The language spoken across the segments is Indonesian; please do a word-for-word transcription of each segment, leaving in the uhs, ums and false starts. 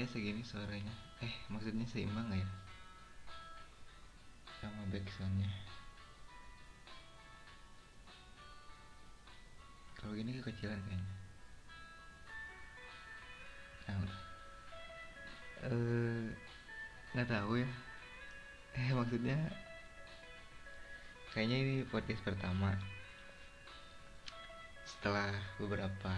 segini suaranya. Eh, maksudnya seimbang gak ya? Sama backsoundnya. Kalau gini kekecilan kayaknya. Nah, udah. Eh, nggak tahu ya. Eh, maksudnya kayaknya ini podcast pertama setelah beberapa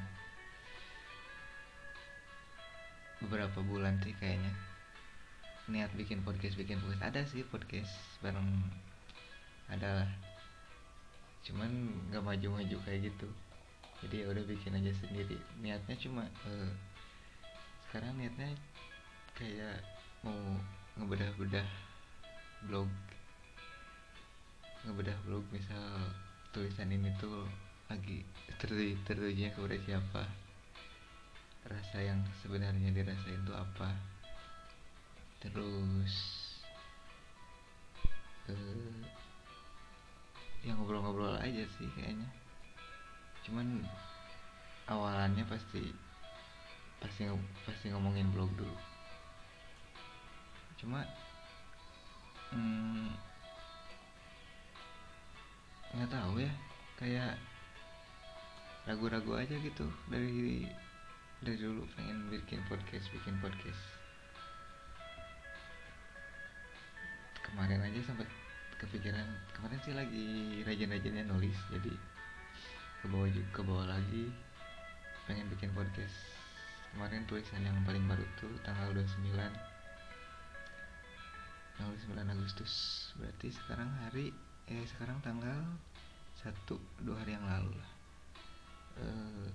beberapa bulan sih kayaknya niat bikin podcast bikin podcast ada sih podcast bareng ada lah, cuman nggak maju-maju kayak gitu. Jadi ya udah bikin aja sendiri. Niatnya cuma eh, sekarang niatnya kayak mau ngebedah-bedah blog, ngebedah blog misal tulisan ini tuh lagi tertuju tertujunya kepada siapa, rasa yang sebenarnya dirasain tuh apa, terus eh, yang ngobrol-ngobrol aja sih kayaknya. Cuman awalannya pasti pasti pasti ngomongin blog dulu. Cuma hmm, nggak tahu ya, kayak ragu-ragu aja gitu dari dari dulu pengen bikin podcast bikin podcast. Kemarin aja sempat kepikiran, kemarin sih lagi rajin-rajinnya nulis, jadi ke bawah ke bawah lagi pengen bikin podcast. Kemarin tulisan yang paling baru tuh tanggal dua puluh sembilan tanggal dua puluh sembilan Agustus, berarti sekarang hari eh sekarang tanggal satu dua hari yang lalu lah. Eh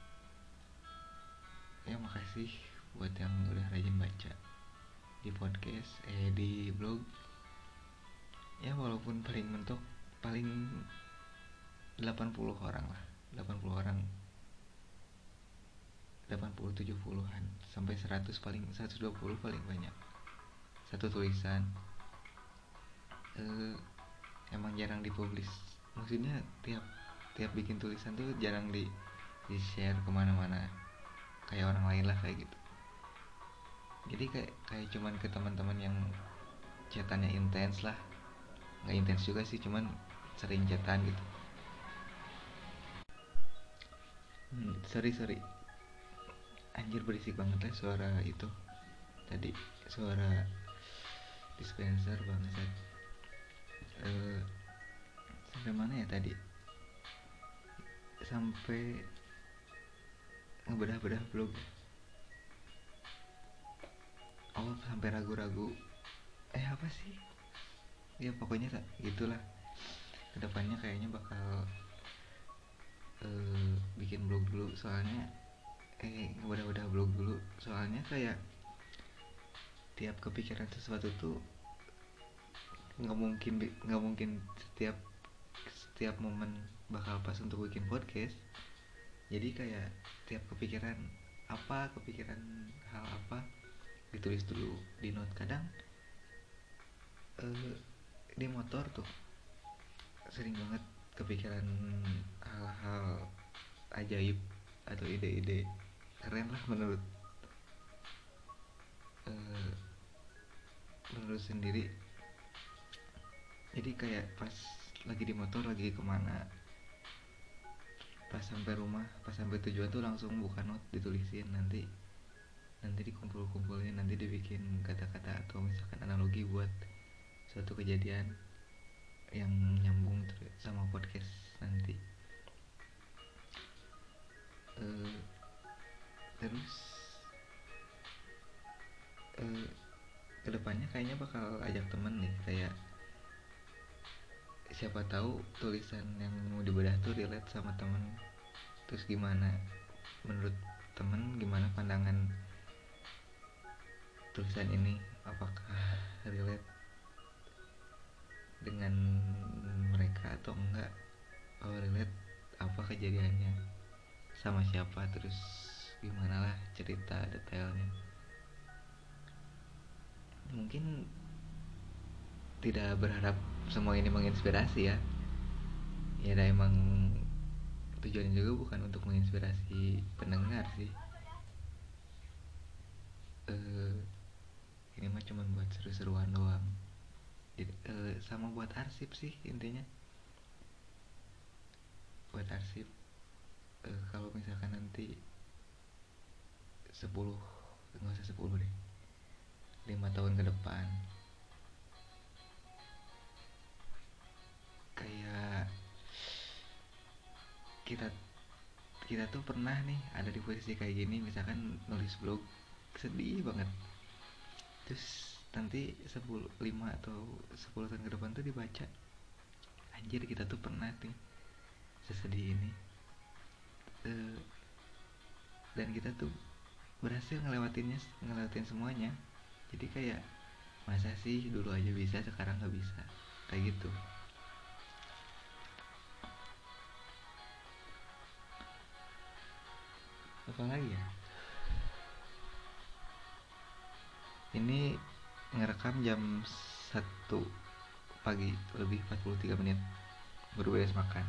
ya makasih buat yang udah rajin baca di podcast eh di blog. Ya walaupun paling mentok paling delapan puluh orang lah, delapan puluh orang, delapan puluh tujuh puluhan sampai seratus, paling seratus dua puluh paling banyak satu tulisan. eh, Emang jarang dipublish, maksudnya tiap tiap bikin tulisan tuh jarang di di share kemana-mana kayak orang lain lah kayak gitu. Jadi kayak kayak cuman ke teman-teman yang chatannya intens lah, nggak intens juga sih, cuman sering chatan gitu. hmm, sorry sorry anjir berisik banget lah suara itu tadi, suara dispenser bangsat. eh, Sampai mana ya tadi, sampai ngebedah-bedah blog. Oh, sampai ragu-ragu eh apa sih, ya pokoknya gitulah. Kedepannya kayaknya bakal eh, bikin blog dulu, soalnya eh ngebedah-bedah blog dulu soalnya kayak tiap kepikiran sesuatu tuh nggak mungkin nggak mungkin setiap setiap momen bakal pas untuk bikin podcast. Jadi kayak tiap kepikiran apa, kepikiran hal apa, ditulis dulu di note. Kadang eh, di motor tuh sering banget kepikiran hal-hal ajaib atau ide-ide keren lah menurut eh, menurut sendiri. Jadi kayak pas lagi di motor lagi kemana, pas sampai rumah pas sampai tujuan tuh langsung buka note ditulisin, nanti nanti dikumpul-kumpulin, nanti dibikin kata-kata atau misalkan analogi buat suatu kejadian yang nyambung sama podcast nanti. Uh, terus uh, kedepannya kayaknya bakal ajak temen nih, kayak siapa tahu tulisan yang mau dibedah tuh relate sama temen. Terus gimana menurut temen, gimana pandangan tulisan ini, apakah relate dengan mereka atau enggak. Oh relate, apa kejadiannya, sama siapa, terus gimana lah cerita detailnya. Mungkin tidak berharap semua ini menginspirasi ya. Ya ada emang tujuannya juga bukan untuk menginspirasi pendengar sih. eh ini mah cuman buat seru-seruan doang. Jadi eh, sama buat arsip sih intinya, buat arsip. Eh, kalau misalkan nanti sepuluh, nggak usah sepuluh deh, lima tahun ke depan, kayak kita kita tuh pernah nih ada di posisi kayak gini, misalkan nulis blog sedih banget, terus nanti sepuluh lima atau sepuluh tahun ke depan tuh dibaca, anjir kita tuh pernah nih sesedih ini. Eh, dan kita tuh berhasil ngelewatinnya, ngelewatin semuanya. Jadi kayak masa sih dulu aja bisa sekarang nggak bisa, kayak gitu. Apa lagi ya, ini ngerekam jam satu pagi lebih empat puluh tiga menit, baru beres makan.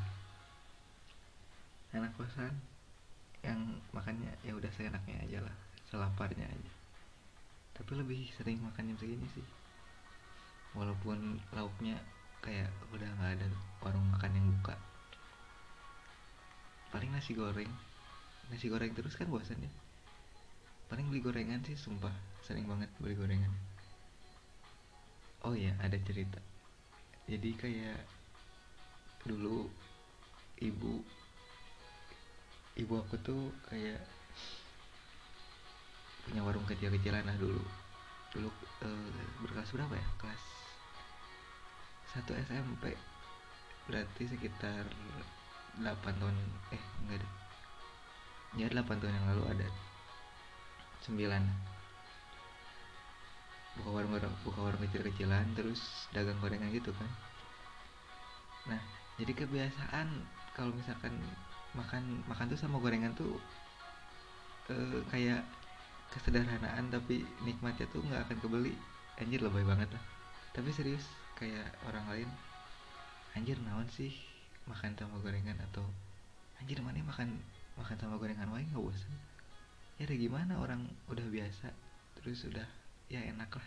Anak kosan yang makannya ya udah seenaknya aja lah, selaparnya aja, tapi lebih sering makan jam segini sih, walaupun lauknya kayak udah nggak ada warung makan yang buka, paling nasi goreng. Nasi goreng terus kan bosan ya, paling beli gorengan sih, sumpah sering banget beli gorengan. Oh iya, ada cerita. Jadi kayak dulu ibu ibu aku tuh kayak punya warung kecil-kecilan lah dulu. Dulu eh, berkelas berapa ya, kelas satu S M P, berarti sekitar delapan tahun, eh enggak deh, ya delapan tahun yang lalu, ada sembilan. Buka warung buka warung kecil-kecilan, terus dagang gorengan gitu kan. Nah, jadi kebiasaan kalau misalkan makan makan tuh sama gorengan tuh eh, kayak kesederhanaan, tapi nikmatnya tuh nggak akan kebeli. Anjir lebay banget lah, tapi serius, kayak orang lain, anjir naon sih makan sama gorengan, atau anjir mana makan makan sama gorengan wae nggak bosan. Ya ada gimana, orang udah biasa, terus udah ya enak lah.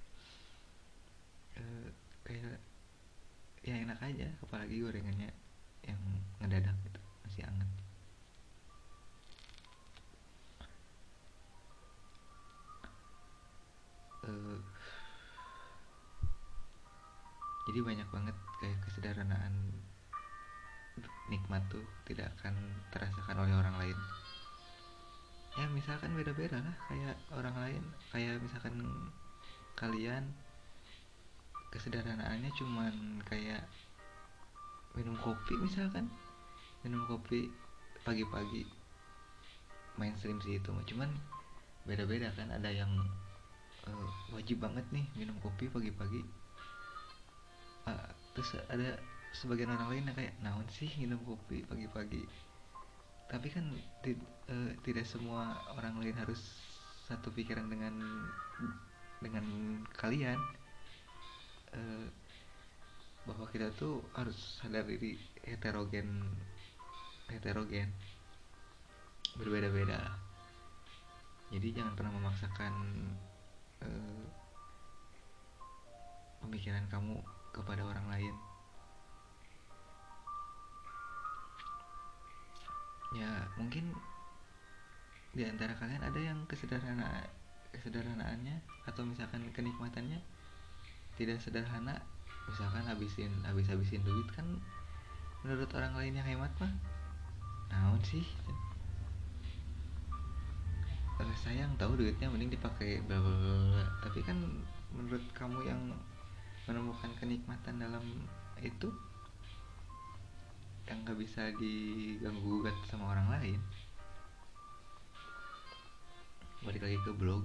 Eh, kayak ya enak aja, apalagi gorengannya yang ngedadak gitu, masih anget. Eh, jadi banyak banget kayak kesederhanaan, nikmat tuh tidak akan terasakan oleh orang lain. Ya misalkan beda-beda lah, kayak orang lain, kayak misalkan kalian kesederhanaannya cuman kayak minum kopi, misalkan minum kopi pagi-pagi, mainstream sih itu mah, cuman beda-beda kan. Ada yang uh, wajib banget nih minum kopi pagi-pagi, uh, terus ada sebagian orang lain yang kayak naon sih minum kopi pagi-pagi. Tapi kan ti, uh, tidak semua orang lain harus satu pikiran dengan dengan kalian. Uh, bahwa kita tuh harus sadar diri, heterogen, heterogen berbeda-beda. Jadi jangan pernah memaksakan uh, pemikiran kamu kepada orang lain. Ya mungkin di antara kalian ada yang kesederhana kesederhanaannya atau misalkan kenikmatannya tidak sederhana, misalkan habisin habis habisin duit kan, menurut orang lain yang hemat mah naon sih, eh, sayang tahu duitnya mending dipakai bla bla bla. Tapi kan menurut kamu yang menemukan kenikmatan dalam itu, yang nggak bisa diganggu gugat sama orang lain. Balik lagi ke blog,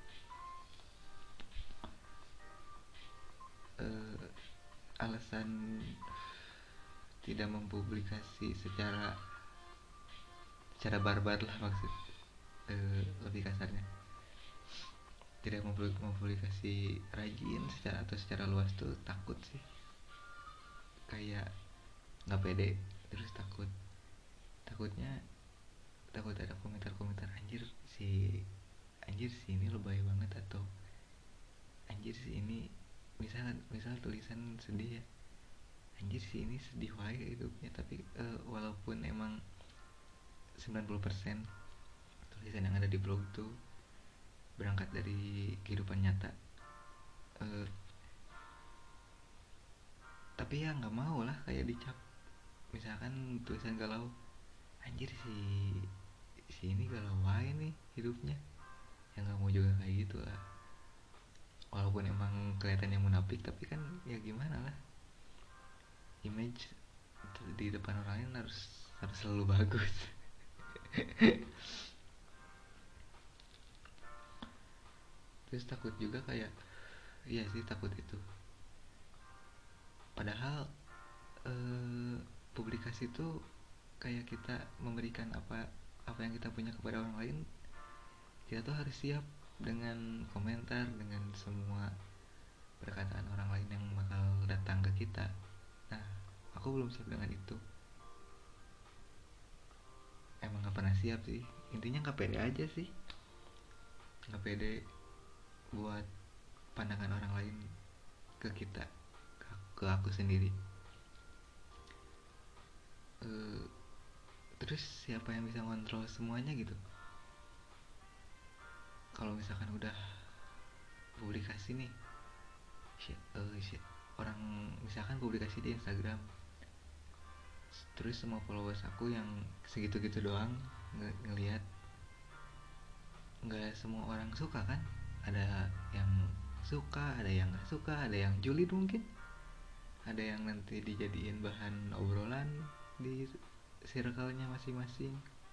eh, alasan tidak mempublikasi secara secara barbar lah, maksud eh, lebih kasarnya, tidak mempublikasi rajin secara atau secara luas tuh takut sih, kayak nggak pede, terus takut, takutnya takut ada komentar-komentar, anjir si anjir sih ini lebay banget, atau anjir sih ini misal misal tulisan sedih ya, anjir sih ini sedih wae hidupnya, tapi uh, walaupun emang sembilan puluh persen tulisan yang ada di blog tuh berangkat dari kehidupan nyata, uh, tapi ya nggak mau lah kayak dicap misalkan tulisan galau, anjir si si ini galau wae nih hidupnya, ya nggak mau juga kayak gitu lah, walaupun emang kelihatannya munafik tapi kan ya gimana lah, image di depan orang lain harus harus selalu bagus. Terus takut juga kayak, iya sih takut itu, padahal eh, publikasi itu kayak kita memberikan apa apa yang kita punya kepada orang lain, kita tuh harus siap dengan komentar, dengan semua perkataan orang lain yang bakal datang ke kita. Nah, aku belum siap dengan itu, emang gak pernah siap sih, intinya gak pede aja sih, gak pede buat pandangan orang lain ke kita, ke aku sendiri. Uh, terus siapa yang bisa ngontrol semuanya gitu, kalau misalkan udah publikasi nih, shit, uh, shit. Orang misalkan publikasi di Instagram, terus semua followers aku yang segitu-gitu doang ng- ngelihat, nggak semua orang suka kan, ada yang suka, ada yang nggak suka, ada yang julid mungkin, ada yang nanti dijadiin bahan obrolan di circle-nya masing-masing.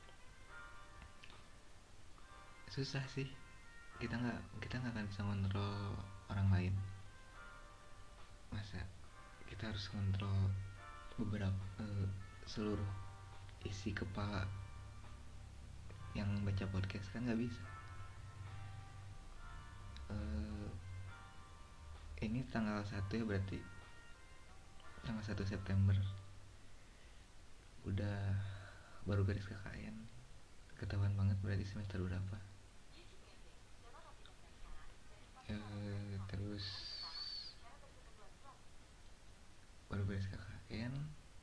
Susah sih, kita nggak kita nggak akan bisa ngontrol orang lain, masa kita harus ngontrol beberapa uh, seluruh isi kepala yang baca podcast, kan nggak bisa. Uh, ini tanggal satu ya, berarti tanggal satu September udah baru garis K K N, ketahuan banget berarti semester berapa. Uh, terus baru garis K K N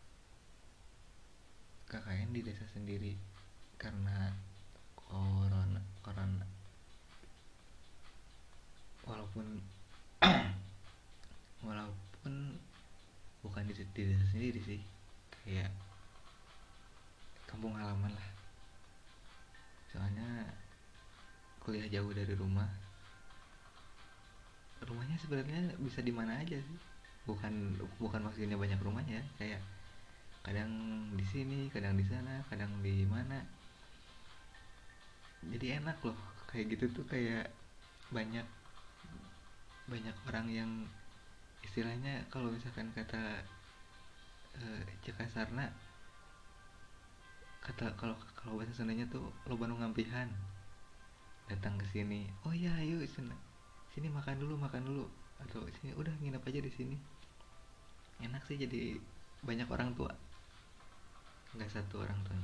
K K N di desa sendiri karena corona corona walaupun walaupun bukan di, di desa sendiri sih, kayak kampung halaman lah, soalnya kuliah jauh dari rumah. Rumahnya sebenarnya bisa di mana aja sih, bukan bukan maksudnya banyak rumahnya, kayak kadang di sini, kadang di sana, kadang di mana, jadi enak loh kayak gitu tuh, kayak banyak banyak orang yang istilahnya kalau misalkan kata uh, Cekasarna, kata kalau kalau bahasa Sundanya tuh lo Bandung ngampihan, datang ke sini, oh ya ayo sini, sini makan dulu makan dulu, atau sini udah nginep aja di sini, enak sih, jadi banyak orang tua, nggak satu orang tuanya.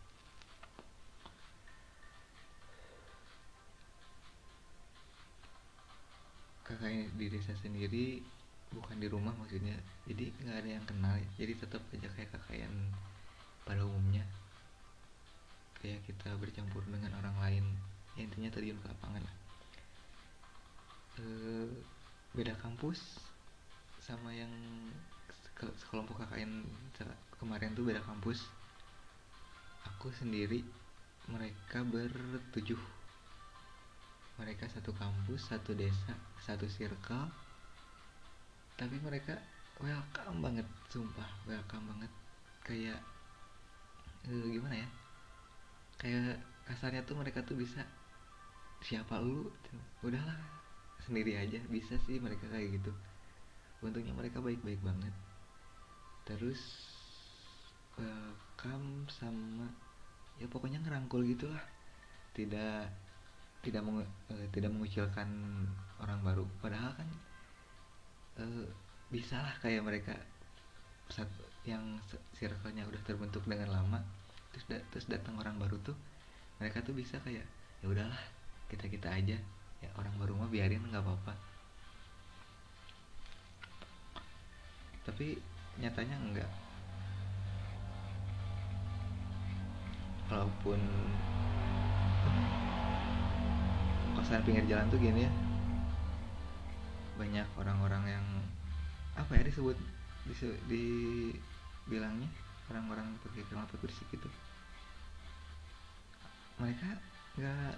Kakaknya di desa sendiri, bukan di rumah maksudnya, jadi nggak ada yang kenal ya, jadi tetap aja kayak kakak yang pada umumnya, kayak kita bercampur dengan orang lain ya, intinya terjun ke lapangan lah. E, beda kampus sama yang sekelompok K K N kemarin tuh, beda kampus, aku sendiri, mereka bertujuh, mereka satu kampus, satu desa, satu circle, tapi mereka welcome banget, sumpah welcome banget, kayak eh, gimana ya, kayak kasarnya tuh mereka tuh bisa, siapa lu, udahlah sendiri aja, bisa sih mereka kayak gitu, untungnya mereka baik-baik banget. Terus welcome sama ya pokoknya ngerangkul gitulah, tidak tidak mengu, eh, tidak mengucilkan orang baru, padahal kan eh, bisa lah kayak mereka satu yang circle-nya udah terbentuk dengan lama, terus da, terus datang orang baru tuh, mereka tuh bisa kayak ya udahlah, kita kita aja ya, orang baru mah biarin nggak apa-apa. Tapi nyatanya enggak. Kalaupun kosan pinggir jalan tuh gini ya, banyak orang-orang yang apa ya disebut disebut dibilangnya orang-orang pakai knalpot berisik gitu. Mereka nggak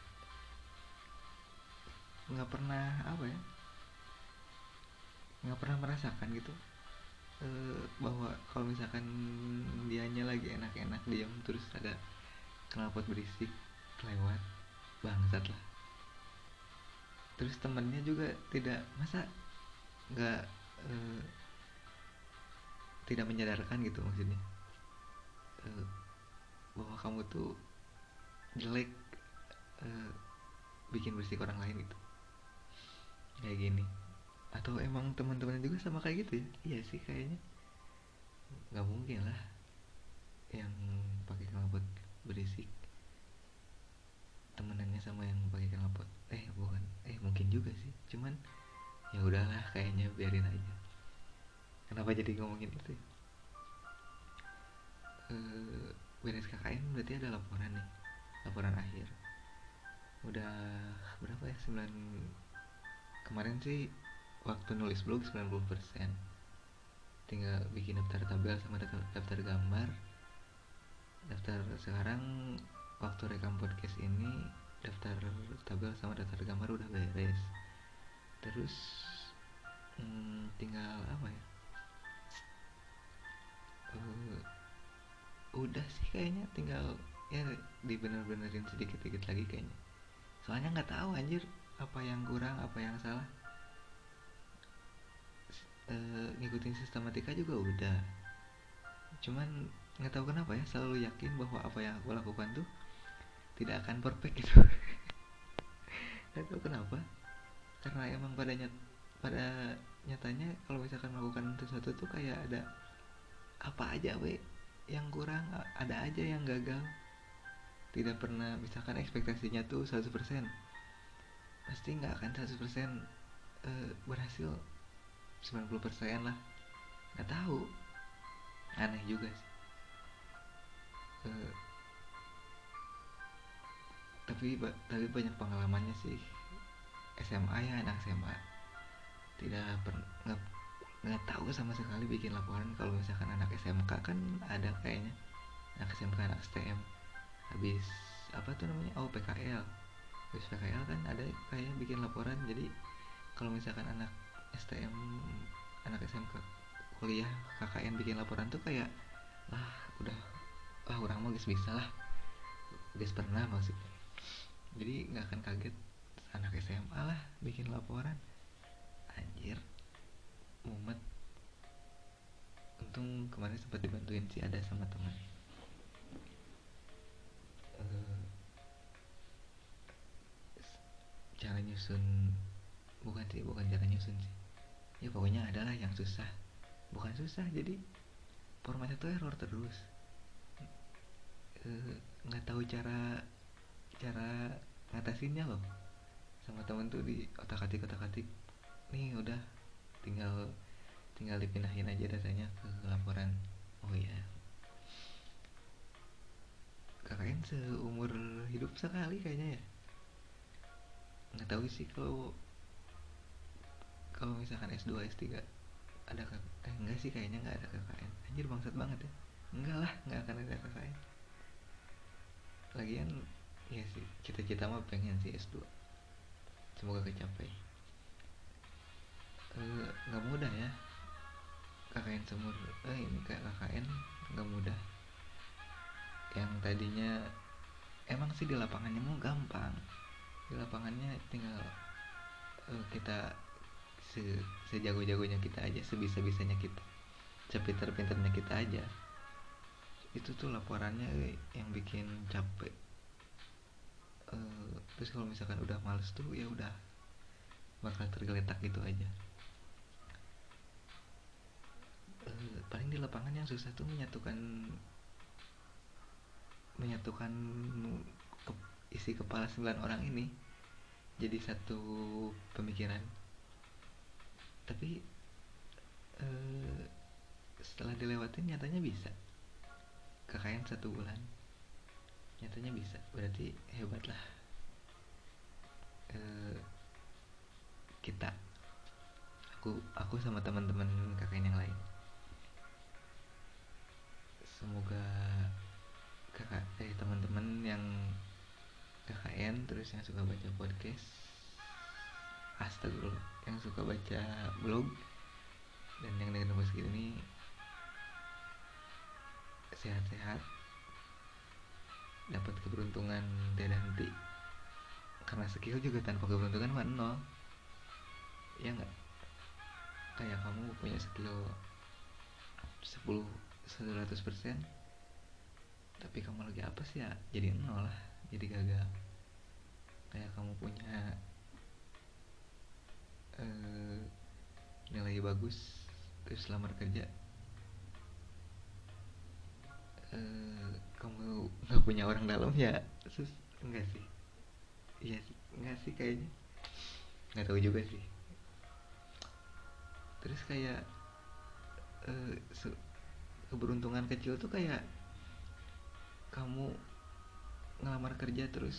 nggak pernah apa ya, nggak pernah merasakan gitu, eh, bahwa kalau misalkan dianya lagi enak-enak diam terus ada knalpot berisik lewat, bangsat lah. Terus temennya juga tidak, masa nggak, eh, tidak menyadarkan gitu maksudnya, eh, bahwa kamu tuh jelek, eh, bikin berisik orang lain gitu kayak gini. Atau emang teman-teman juga sama kayak gitu ya? Iya sih kayaknya nggak mungkin lah yang pakai knalpot berisik temenannya sama yang pakai knalpot. Eh bukan, eh mungkin juga sih, cuman ya udahlah kayaknya biarin aja. Kenapa jadi ngomongin itu ya? Eh, beres K K N berarti ada laporan nih, laporan akhir. Udah berapa ya, sembilan kemarin sih waktu nulis blog sembilan puluh persen, tinggal bikin daftar tabel sama daftar, daftar gambar. Daftar sekarang waktu rekam podcast ini daftar tabel sama daftar gambar udah beres. Terus hmm, tinggal apa ya, uh, udah sih kayaknya tinggal ya dibener-benerin sedikit-sedikit lagi kayaknya. Soalnya nggak tahu anjir apa yang kurang apa yang salah. Uh, ngikutin sistematika juga udah, cuman nggak tahu kenapa ya selalu yakin bahwa apa yang aku lakukan tuh tidak akan perfect gitu. Nggak tahu kenapa, karena emang pada nyat pada nyatanya kalau misalkan melakukan sesuatu tuh kayak ada apa aja we yang kurang, ada aja yang gagal. Tidak pernah misalkan ekspektasinya tuh seratus persen, pasti nggak akan seratus persen eh, berhasil, sembilan puluh persen lah. Nggak tahu, aneh juga sih. Eh, tapi tapi banyak pengalamannya sih. S M A ya, anak S M A tidak pernah, nggak nggak tahu sama sekali bikin laporan. Kalau misalkan anak S M K kan ada kayaknya, anak S M K anak S T M habis apa tuh namanya, oh P K L, habis P K L kan ada kayak bikin laporan. Jadi kalau misalkan anak S T M, anak S M K kuliah K K N bikin laporan tuh kayak lah udah, ah orang mau bisa lah, guys pernah maksudnya. Jadi nggak akan kaget anak S M A lah bikin laporan, anjir mumet. Untung kemarin sempat dibantuin sih, ada sama teman. Uh, cara nyusun, bukan sih bukan cara nyusun sih, ya pokoknya adalah yang susah, bukan susah jadi formatnya tuh error terus. Eh, nggak uh, tahu cara cara ngatasinnya loh. Sama temen tuh di otak atik otak atik nih udah, tinggal tinggal dipindahin aja datanya ke laporan. Oh iya, K K N seumur hidup sekali kayaknya ya. Nggak tahu sih kalau kalau misalkan S dua S tiga ada K K N. Eh enggak sih kayaknya nggak ada K K N. Anjir bangsat banget ya. Enggak lah, nggak akan ada K K N. Lagian ya sih, cita-cita mah pengen sih S dua, semoga kecapai. Eh, nggak mudah ya K K N seumur, eh ini kayak K K N nggak mudah. Yang tadinya emang sih di lapangannya mau gampang, di lapangannya tinggal uh, kita se sejago-jagonya kita aja, sebisa-bisanya kita, sepinter-pinternya kita aja. Itu tuh laporannya eh, yang bikin capek. Uh, terus kalau misalkan udah males tuh ya udah bakal tergeletak gitu aja. Uh, paling di lapangan yang susah tuh menyatukan menyatukan isi kepala sembilan orang ini jadi satu pemikiran. Tapi eh, setelah dilewatin nyatanya bisa K K N satu bulan, nyatanya bisa. Berarti hebat lah eh, kita, aku aku sama teman-teman K K N yang lain. Semoga kakak eh teman-teman yang K K N terus yang suka baca podcast, astagfirullah, yang suka baca blog dan yang dengerin podcast ini sehat-sehat, dapat keberuntungan tiada henti. Karena skill juga tanpa keberuntungan mah nol, ya nggak? Kayak kamu punya skill sepuluh seratus persen, tapi kamu lagi apa sih ya, jadi nol lah, jadi gagal. Kayak kamu punya eh, nilai bagus terus lamar kerja, eh, kamu nggak punya orang dalam ya, terus enggak sih, iya sih, enggak sih kayaknya, nggak tahu juga sih. Terus kayak eh, keberuntungan kecil tuh kayak kamu ngelamar kerja terus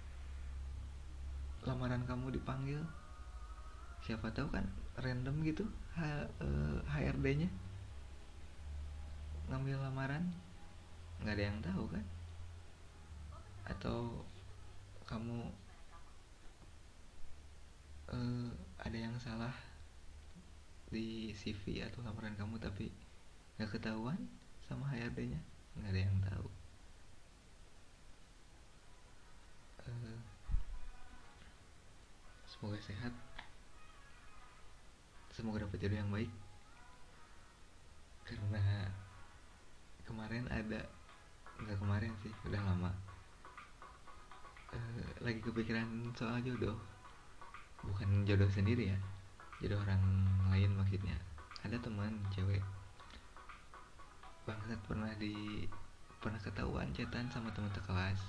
lamaran kamu dipanggil, siapa tahu kan random gitu H, eh, H R D-nya ngambil lamaran, nggak ada yang tahu kan. Atau kamu eh, ada yang salah di C V atau lamaran kamu tapi nggak ketahuan sama H R D-nya, nggak ada yang tahu. Eh, semoga sehat, semoga dapat jodoh yang baik. Karena kemarin ada, nggak kemarin sih, udah lama, eh, lagi kepikiran soal jodoh. Bukan jodoh sendiri ya, jodoh orang lain maksudnya. Ada teman cewek bangsat, pernah di pernah ketahuan chatan sama teman sekelas,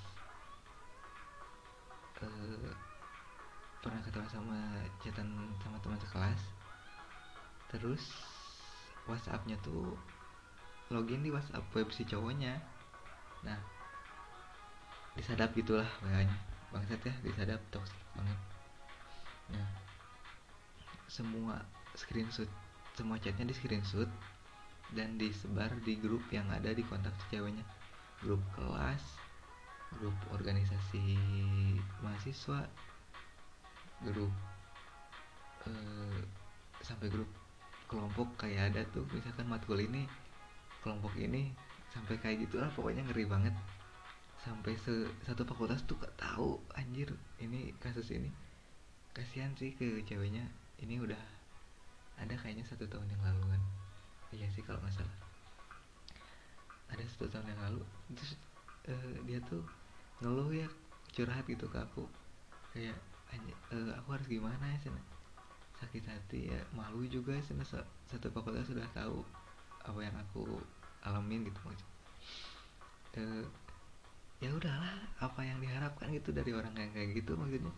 eh, pernah ketahuan sama chatan sama teman sekelas. Terus WhatsAppnya tuh login di WhatsApp web si cowoknya. Nah, disadap gitulah W A-nya. Bangsat ya, disadap, toxic banget. Nah, semua screenshot, semua chatnya di screenshot dan disebar di grup yang ada di kontak si ceweknya. Grup kelas, grup organisasi mahasiswa, grup eh, sampai grup kelompok. Kayak ada tuh misalkan matkul ini kelompok ini, sampai kayak gitu lah, pokoknya ngeri banget. Sampai se- satu fakultas tuh gak tahu anjir ini kasus ini. Kasihan sih ke ceweknya, ini udah ada kayaknya satu tahun yang lalu kan. Iya sih kalau nggak salah ada satu tahun yang lalu. Terus eh, dia tuh ngeluh ya, curhat gitu ke aku, kayak eh, aku harus gimana ya sih, sakit hati ya, malu juga sih, satu fakultas sudah tahu apa yang aku alamin gitu. eh, ya udahlah, apa yang diharapkan gitu dari orang yang kayak gitu maksudnya.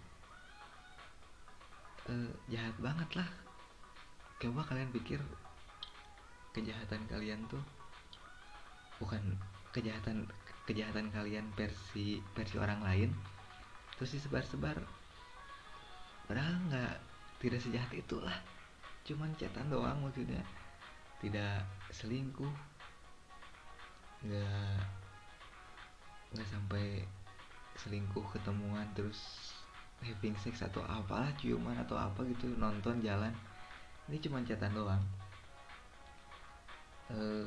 eh, jahat banget lah. Coba kalian pikir, kejahatan kalian tuh bukan kejahatan kejahatan kalian versi versi orang lain terus disebar-sebar, padahal nggak, tidak sejahat itulah, cuman chatan doang maksudnya, tidak selingkuh, nggak nggak sampai selingkuh ketemuan terus having sex atau apalah, ciuman atau apa gitu, nonton jalan. Ini cuma chatan doang. e,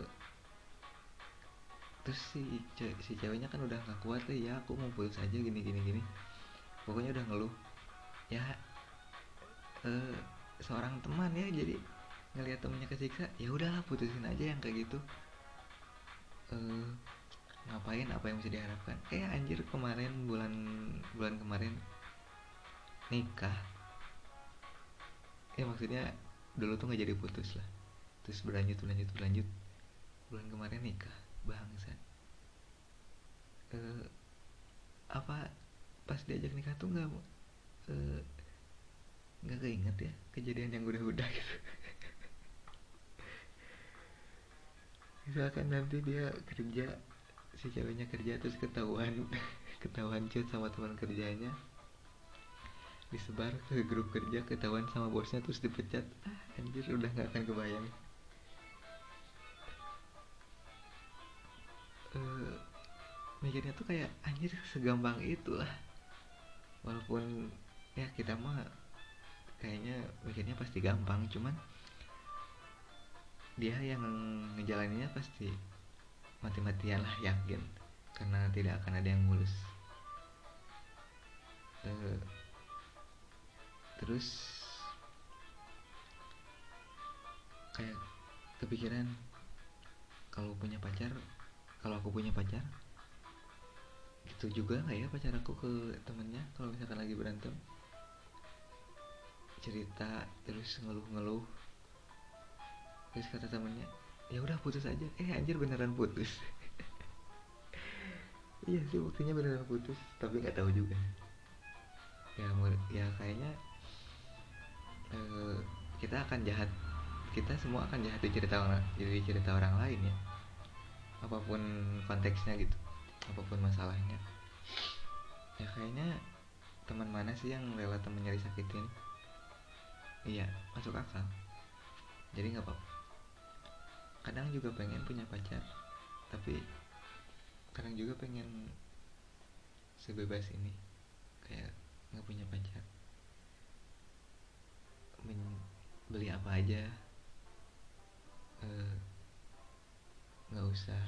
terus si ce- si ceweknya kan udah nggak kuat deh, ya aku mau putus aja gini gini gini, pokoknya udah ngeluh ya. eh, Seorang teman ya, jadi ngelihat temennya kesiksa, ya udahlah putusin aja yang kayak gitu. eh, Ngapain, apa yang bisa diharapkan, kayak anjir kemarin bulan bulan kemarin nikah, ya maksudnya dulu tuh nggak jadi putus lah, terus berlanjut berlanjut berlanjut, bulan kemarin nikah, bangsa. eh, Apa pas diajak nikah tuh nggak eh, nggak keinget ya kejadian yang udah-udah gitu. Misalkan nanti dia kerja, si ceweknya kerja terus ketahuan ketahuan chat sama teman kerjanya, disebar ke grup kerja, ketahuan sama bosnya terus dipecat, ah, anjir udah nggak akan kebayang. Eh, Mikirnya tuh kayak anjir segampang itu lah, walaupun ya kita mah kayaknya mikirnya pasti gampang, cuman dia yang ngejalaninnya pasti mati-matian lah yakin, karena tidak akan ada yang mulus. Eh, Terus kayak kepikiran, kalau punya pacar kalau aku punya pacar gitu juga nggak ya pacar aku ke temennya kalau misalkan lagi berantem, cerita terus ngeluh-ngeluh, terus kata temennya ya udah putus aja, eh anjir beneran putus. Iya sih buktinya beneran putus, tapi nggak tahu juga ya. Ya kayaknya eh, kita akan jahat, kita semua akan jahat di cerita orang, jadi cerita orang lain ya, apapun konteksnya gitu, apapun masalahnya. Ya kayaknya teman mana sih yang rela temennya disakitin? Iya, masuk akal. Jadi nggak apa-apa. Kadang juga pengen punya pacar, tapi kadang juga pengen sebebas ini, kayak nggak punya pacar, Men- beli apa aja, eh, nggak usah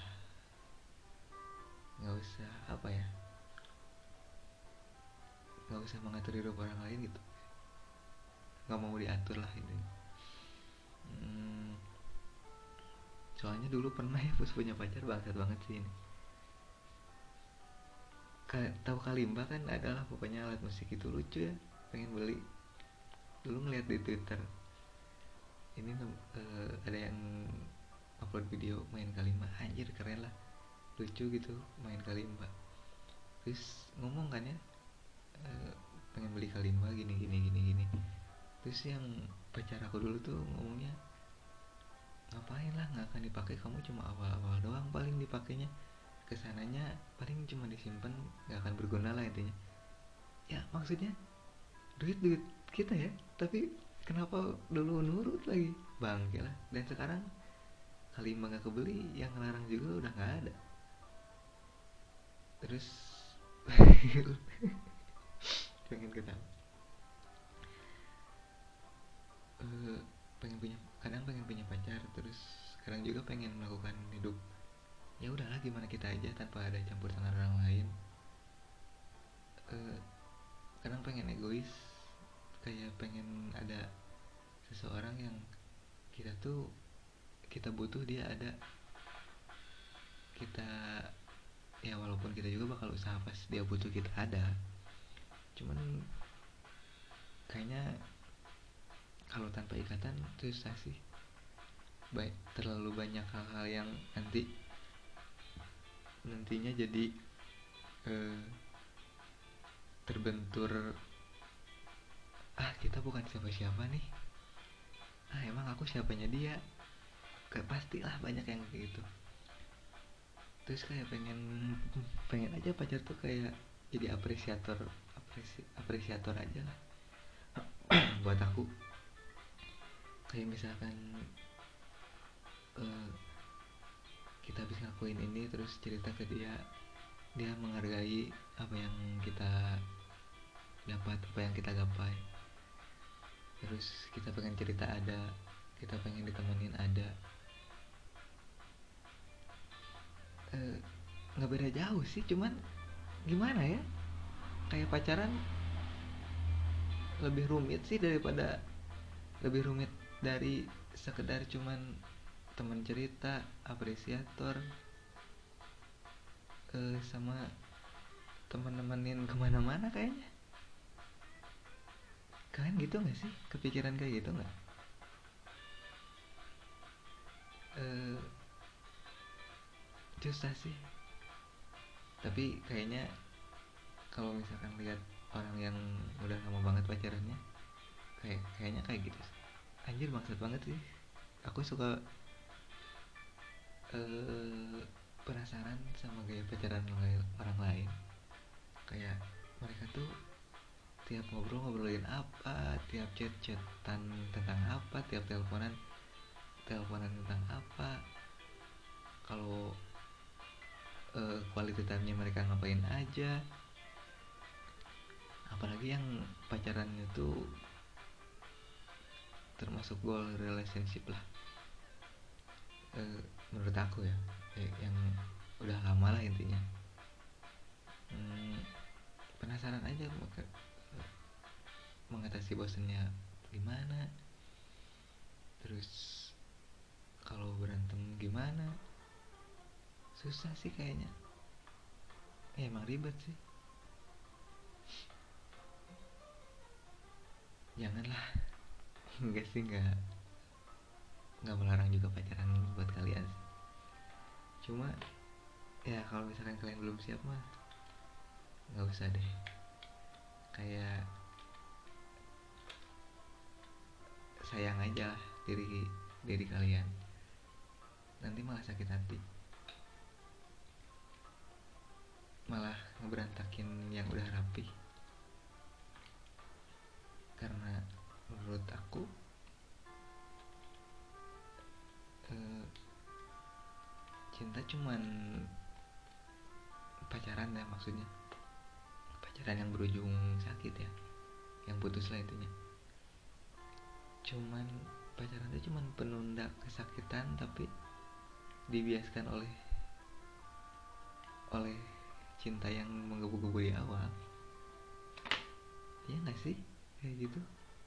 nggak usah apa ya, nggak usah mengatur hidup orang lain gitu, nggak mau diatur lah ini. Hmm, soalnya dulu pernah ya pas punya pacar bangsat banget sih ini. Ka- tahu kalimba kan, adalah pokoknya alat musik itu lucu ya, pengen beli. Dulu ngeliat di Twitter ini eh, ada yang upload video main kalimba, anjir keren lah, lucu gitu main kalimba. Terus ngomong kan ya, eh, pengen beli kalimba gini gini gini gini. Terus yang pacar aku dulu tuh ngomongnya, ngapain lah, nggak akan dipakai, kamu cuma awal-awal doang paling dipakainya, kesananya paling cuma disimpan, nggak akan berguna lah intinya. Ya maksudnya duit duit kita ya, tapi kenapa dulu nurut lagi, bangke lah. Dan sekarang kalimba nggak kebeli, yang ngelarang juga udah nggak ada. Terus pengen ketawa. Eh, Pengen punya, kadang pengen punya pacar, terus kadang juga pengen melakukan hidup ya udahlah gimana kita aja tanpa ada campur tangan orang lain. Eh, Kadang pengen egois, kayak pengen ada seseorang yang kita tuh kita butuh dia ada, kita ya walaupun kita juga bakal usaha pas dia butuh kita ada, cuman kayaknya kalau tanpa ikatan susah sih. Baik, terlalu banyak hal-hal yang nanti nantinya jadi eh, terbentur, ah kita bukan siapa-siapa nih, ah emang aku siapanya dia, kayak pastilah banyak yang kayak gitu. Terus kayak pengen pengen aja pacar tuh kayak jadi apresiator, apresi, apresiator aja lah. Buat aku kayak misalkan eh, kita habis ngakuin ini terus cerita ke dia, dia menghargai apa yang kita dapat, apa yang kita gapai. Terus kita pengen cerita ada, kita pengen ditemenin ada. Eh, nggak beda jauh sih, cuman gimana ya, kayak pacaran lebih rumit sih daripada, lebih rumit dari sekedar cuman teman cerita, apresiator, eh, sama teman nemenin kemana-mana kayaknya. Kalian gitu nggak sih, kepikiran kayak gitu nggak? Eh, Susah sih, tapi kayaknya kalau misalkan lihat orang yang udah lama banget pacarannya, kayak kayaknya kayak gitu sih. Anjir bangsat banget sih. Aku suka eh, penasaran sama gaya pacaran orang lain. Kayak mereka tuh tiap ngobrol ngobrolin apa, tiap chat chatan tentang apa, tiap teleponan teleponan tentang apa. Kalau eh, quality time-nya mereka ngapain aja. Apalagi yang pacarannya tuh termasuk goal relationship lah. Eh, menurut aku ya, eh, yang udah lama lah intinya. Hmm, penasaran aja maka mengatasi bosannya gimana, terus kalau berantem gimana. Susah sih kayaknya, ya emang ribet sih. Janganlah. Enggak sih, enggak nggak melarang juga pacaran buat kalian sih. Cuma ya kalau misalkan kalian belum siap mah nggak usah deh. Kayak sayang aja lah diri diri kalian, nanti malah sakit hati, malah ngeberantakin yang udah rapi. Karena menurut aku eh, cinta cuman pacaran ya, maksudnya pacaran yang berujung sakit ya, yang putus lah intinya. Cuman pacaran itu cuman penunda kesakitan, tapi dibiaskan oleh oleh cinta yang menggebu-gebu di awal. Iya nggak sih kayak gitu?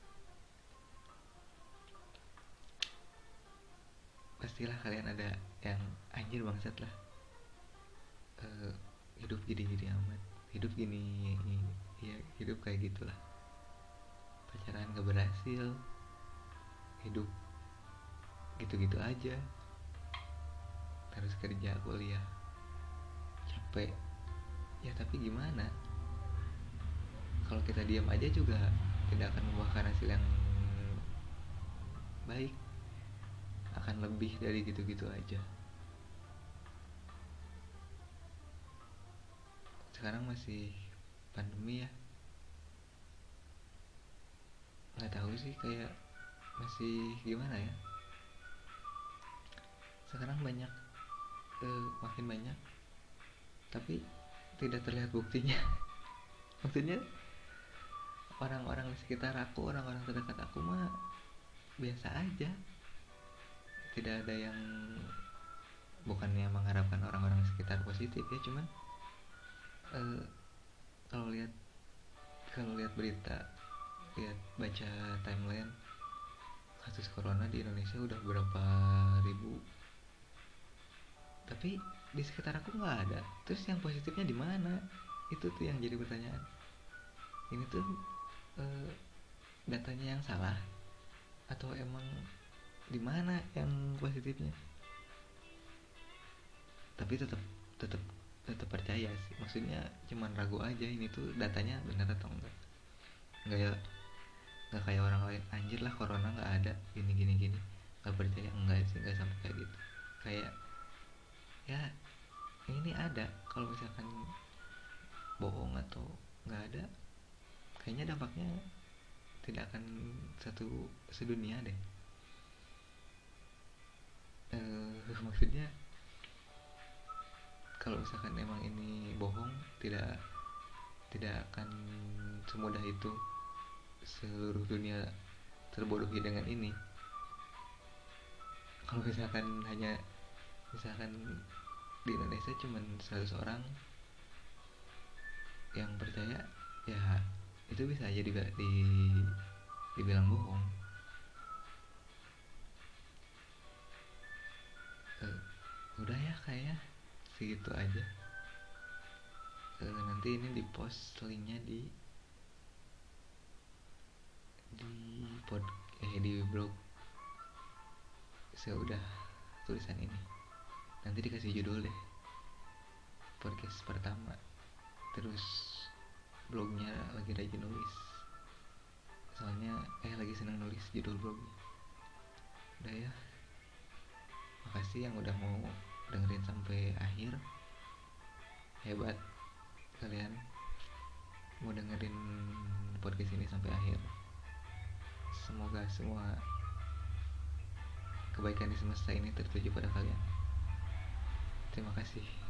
Pastilah kalian ada yang anjir bangsat lah, eh, hidup gini-gini amat, hidup gini, ya hidup kayak gitulah. Pacaran gak berhasil, hidup gitu-gitu aja, terus kerja kuliah capek. Ya tapi gimana, kalau kita diam aja juga tidak akan membuahkan hasil yang baik, akan lebih dari gitu-gitu aja. Sekarang masih pandemi ya, nggak tahu sih, kayak masih gimana ya. Sekarang banyak, eh, makin banyak, tapi tidak terlihat buktinya. Maksudnya orang-orang di sekitar aku, orang-orang terdekat aku mah biasa aja, tidak ada yang, bukannya mengharapkan orang-orang sekitar positif ya, cuman eh, kalau lihat kalau lihat berita, lihat baca timeline, kasus corona di Indonesia udah berapa ribu, tapi di sekitar aku nggak ada. Terus yang positifnya di mana? Itu tuh yang jadi pertanyaan. Ini tuh eh, datanya yang salah atau emang di mana yang positifnya? Tapi tetap tetap tetap percaya sih. Maksudnya cuman ragu aja ini tuh datanya benar atau enggak. Enggak ya, enggak kayak orang lain anjir lah corona nggak ada gini gini gini. Enggak percaya, enggak sih, enggak sampai kayak gitu. Kayak ya ini ada, kalau misalkan bohong atau nggak ada, kayaknya dampaknya tidak akan satu sedunia deh. Eh, maksudnya kalau misalkan emang ini bohong, tidak tidak akan semudah itu seluruh dunia terbodohi dengan ini. Kalau misalkan hanya, misalkan di Indonesia cuman seratus orang yang percaya, ya itu bisa aja di, di, dibilang bohong. Eh, udah ya kayaknya segitu aja. Eh, nanti ini di post linknya di di pod eh di blog seudah tulisan ini. Nanti dikasih judul deh, podcast pertama. Terus blognya lagi rajin nulis, soalnya eh lagi seneng nulis judul blognya. Udah ya, makasih yang udah mau dengerin sampai akhir. Hebat kalian mau dengerin podcast ini sampai akhir. Semoga semua kebaikan di semesta ini tertuju pada kalian. Terima kasih.